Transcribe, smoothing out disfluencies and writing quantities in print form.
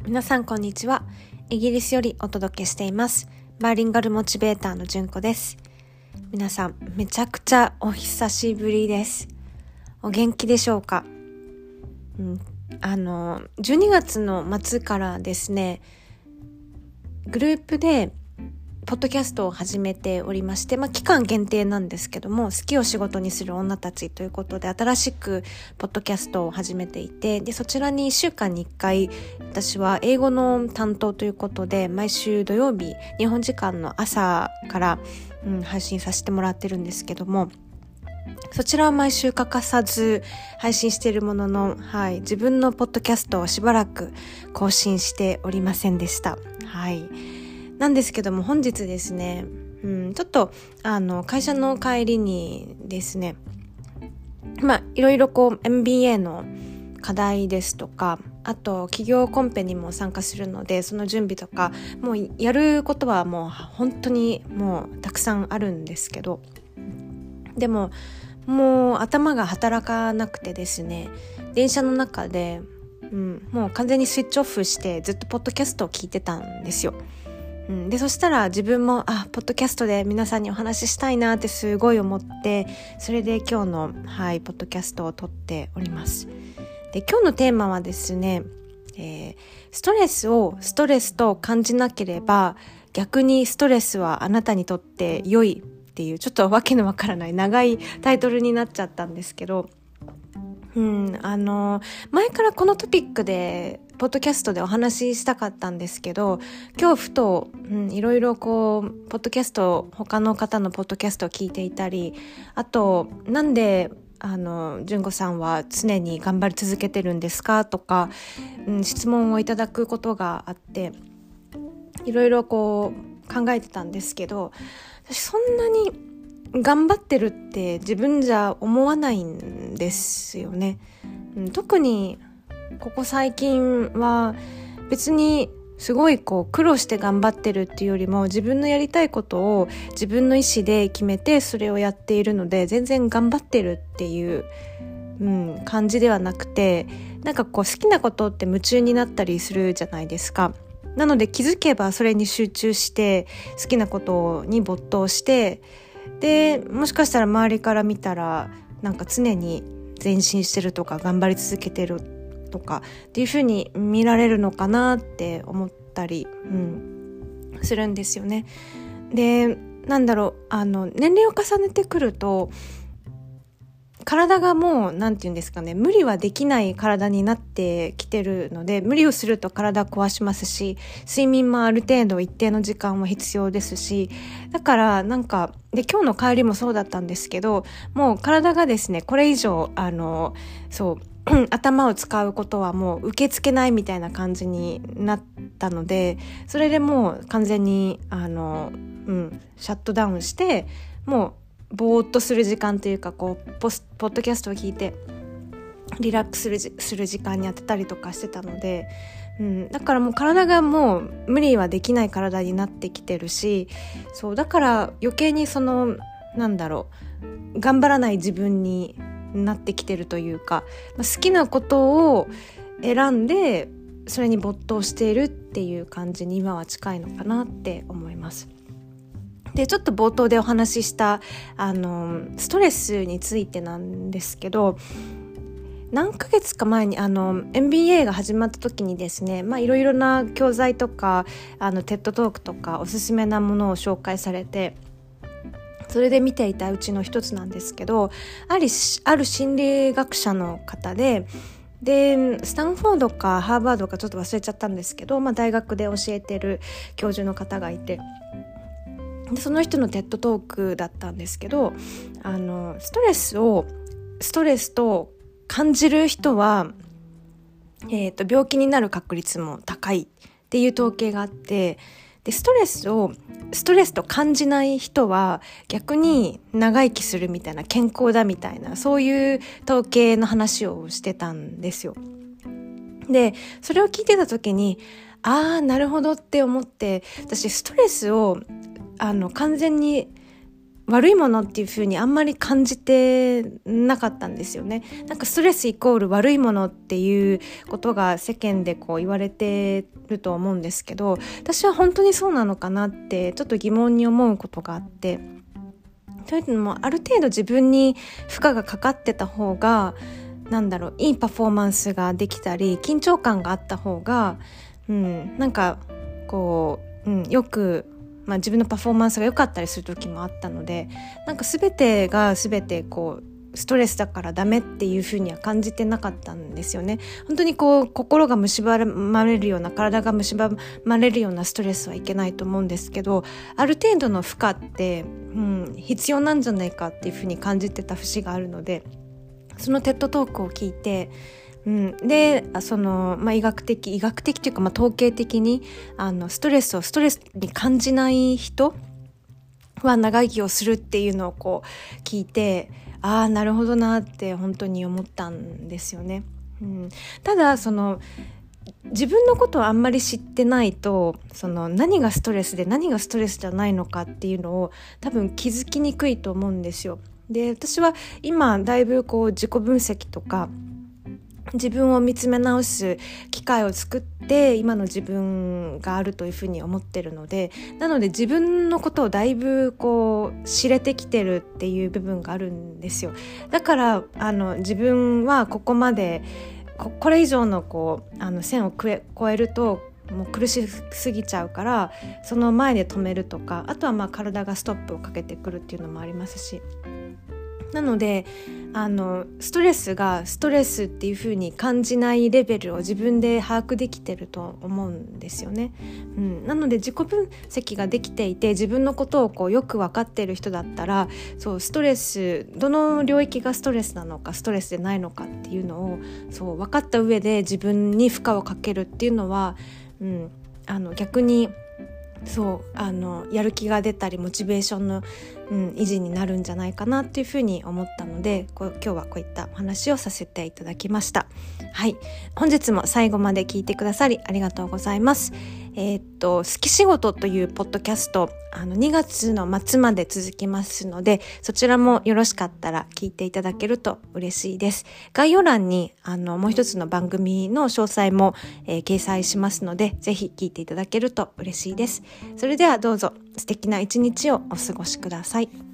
皆さんこんにちは。イギリスよりお届けしていますバイリンガルモチベーターのじゅんこです。皆さんめちゃくちゃお久しぶりです。お元気でしょうか。12月の末からですね、グループでポッドキャストを始めておりまして、期間限定なんですけども、好きを仕事にする女たちということで新しくポッドキャストを始めていて、でそちらに1週間に1回私は英語の担当ということで、毎週土曜日日本時間の朝から、配信させてもらってるんですけども、そちらは毎週欠かさず配信しているものの、自分のポッドキャストをしばらく更新しておりませんでした。なんですけども、本日ですね、ちょっと会社の帰りにですね、いろいろMBA の課題ですとか、あと企業コンペにも参加するので、その準備とかもうやることはもう本当にもうたくさんあるんですけど、でももう頭が働かなくてですね、電車の中で、もう完全にスイッチオフしてずっとポッドキャストを聞いてたんですよ。でそしたら自分もポッドキャストで皆さんにお話ししたいなってすごい思って、それで今日のポッドキャストを撮っております。で今日のテーマはですね、ストレスをストレスと感じなければ逆にストレスはあなたにとって良いっていう、ちょっとわけのわからない長いタイトルになっちゃったんですけど、前からこのトピックでポッドキャストでお話ししたかったんですけど、今日ふと、いろいろポッドキャスト、他の方のポッドキャストを聞いていたり、あとなんで純子さんは常に頑張り続けてるんですかとか、質問をいただくことがあって、いろいろ考えてたんですけど、私そんなに頑張ってるって自分じゃ思わないんですよね。特にここ最近は別にすごい苦労して頑張ってるっていうよりも、自分のやりたいことを自分の意思で決めてそれをやっているので、全然頑張ってるっていう、感じではなくて、好きなことって夢中になったりするじゃないですか。なので気づけばそれに集中して好きなことに没頭して、でもしかしたら周りから見たら常に前進してるとか頑張り続けてるとかっていう風に見られるのかなって思ったり、するんですよね。で年齢を重ねてくると体がもう無理はできない体になってきてるので、無理をすると体壊しますし、睡眠もある程度一定の時間は必要ですし、だからで今日の帰りもそうだったんですけど、もう体がですね、これ以上頭を使うことはもう受け付けないみたいな感じになったので、それでもう完全にシャットダウンして、もうぼーっとする時間というか、ポッドキャストを聞いてリラックスする時間に当てたりとかしてたので、だからもう体がもう無理はできない体になってきてるし、そうだから余計に頑張らない自分になってきてるというか、好きなことを選んでそれに没頭しているっていう感じに今は近いのかなって思います。でちょっと冒頭でお話ししたストレスについてなんですけど、何ヶ月か前にMBA が始まった時にですね、いろいろな教材とかTED トークとかおすすめなものを紹介されて、それで見ていたうちの一つなんですけど、ある心理学者の方でスタンフォードかハーバードかちょっと忘れちゃったんですけど、大学で教えてる教授の方がいて、でその人の TED トークだったんですけど、ストレスと感じる人は、病気になる確率も高いっていう統計があって、でストレスと感じない人は逆に長生きするみたいな、健康だみたいな、そういう統計の話をしてたんですよ。でそれを聞いてた時になるほどって思って、私ストレスを完全に悪いものっていう風にあんまり感じてなかったんですよね。なんかストレスイコール悪いものっていうことが世間でこう言われてると思うんですけど、私は本当にそうなのかなってちょっと疑問に思うことがあって、というのもある程度自分に負荷がかかってた方がいいパフォーマンスができたり緊張感があった方が、なんかこう、よく自分のパフォーマンスが良かったりする時もあったので、なんか全てが全てこうストレスだからダメっていう風には感じてなかったんですよね。本当にこう心が蝕まれるような、体が蝕まれるようなストレスはいけないと思うんですけど、ある程度の負荷って、必要なんじゃないかっていう風に感じてた節があるので、そのテッドトークを聞いて、で医学的というか、統計的にストレスに感じない人は長生きをするっていうのをこう聞いて、なるほどなって本当に思ったんですよね。ただ自分のことをあんまり知ってないと、何がストレスで何がストレスじゃないのかっていうのを多分気づきにくいと思うんですよ。で、私は今だいぶこう自己分析とか自分を見つめ直す機会を作って今の自分があるというふうに思ってるので、なので自分のことをだいぶこう知れてきてるっていう部分があるんですよ。だから自分はここまでこれ以上の線を越えるともう苦しすぎちゃうから、その前で止めるとか、あとは体がストップをかけてくるっていうのもありますし、なのでストレスがストレスっていう風に感じないレベルを自分で把握できてると思うんですよね。なので自己分析ができていて、自分のことをよく分かっている人だったら、ストレス、どの領域がストレスなのかストレスでないのかっていうのを分かった上で自分に負荷をかけるっていうのは、逆にやる気が出たりモチベーションの、維持になるんじゃないかなっていうふうに思ったので、今日はこういったお話をさせていただきました。はい、本日も最後まで聞いてくださりありがとうございます。好き仕事というポッドキャスト2月の末まで続きますので、そちらもよろしかったら聞いていただけると嬉しいです。概要欄にもう一つの番組の詳細も、掲載しますので、ぜひ聞いていただけると嬉しいです。それではどうぞ素敵な一日をお過ごしください。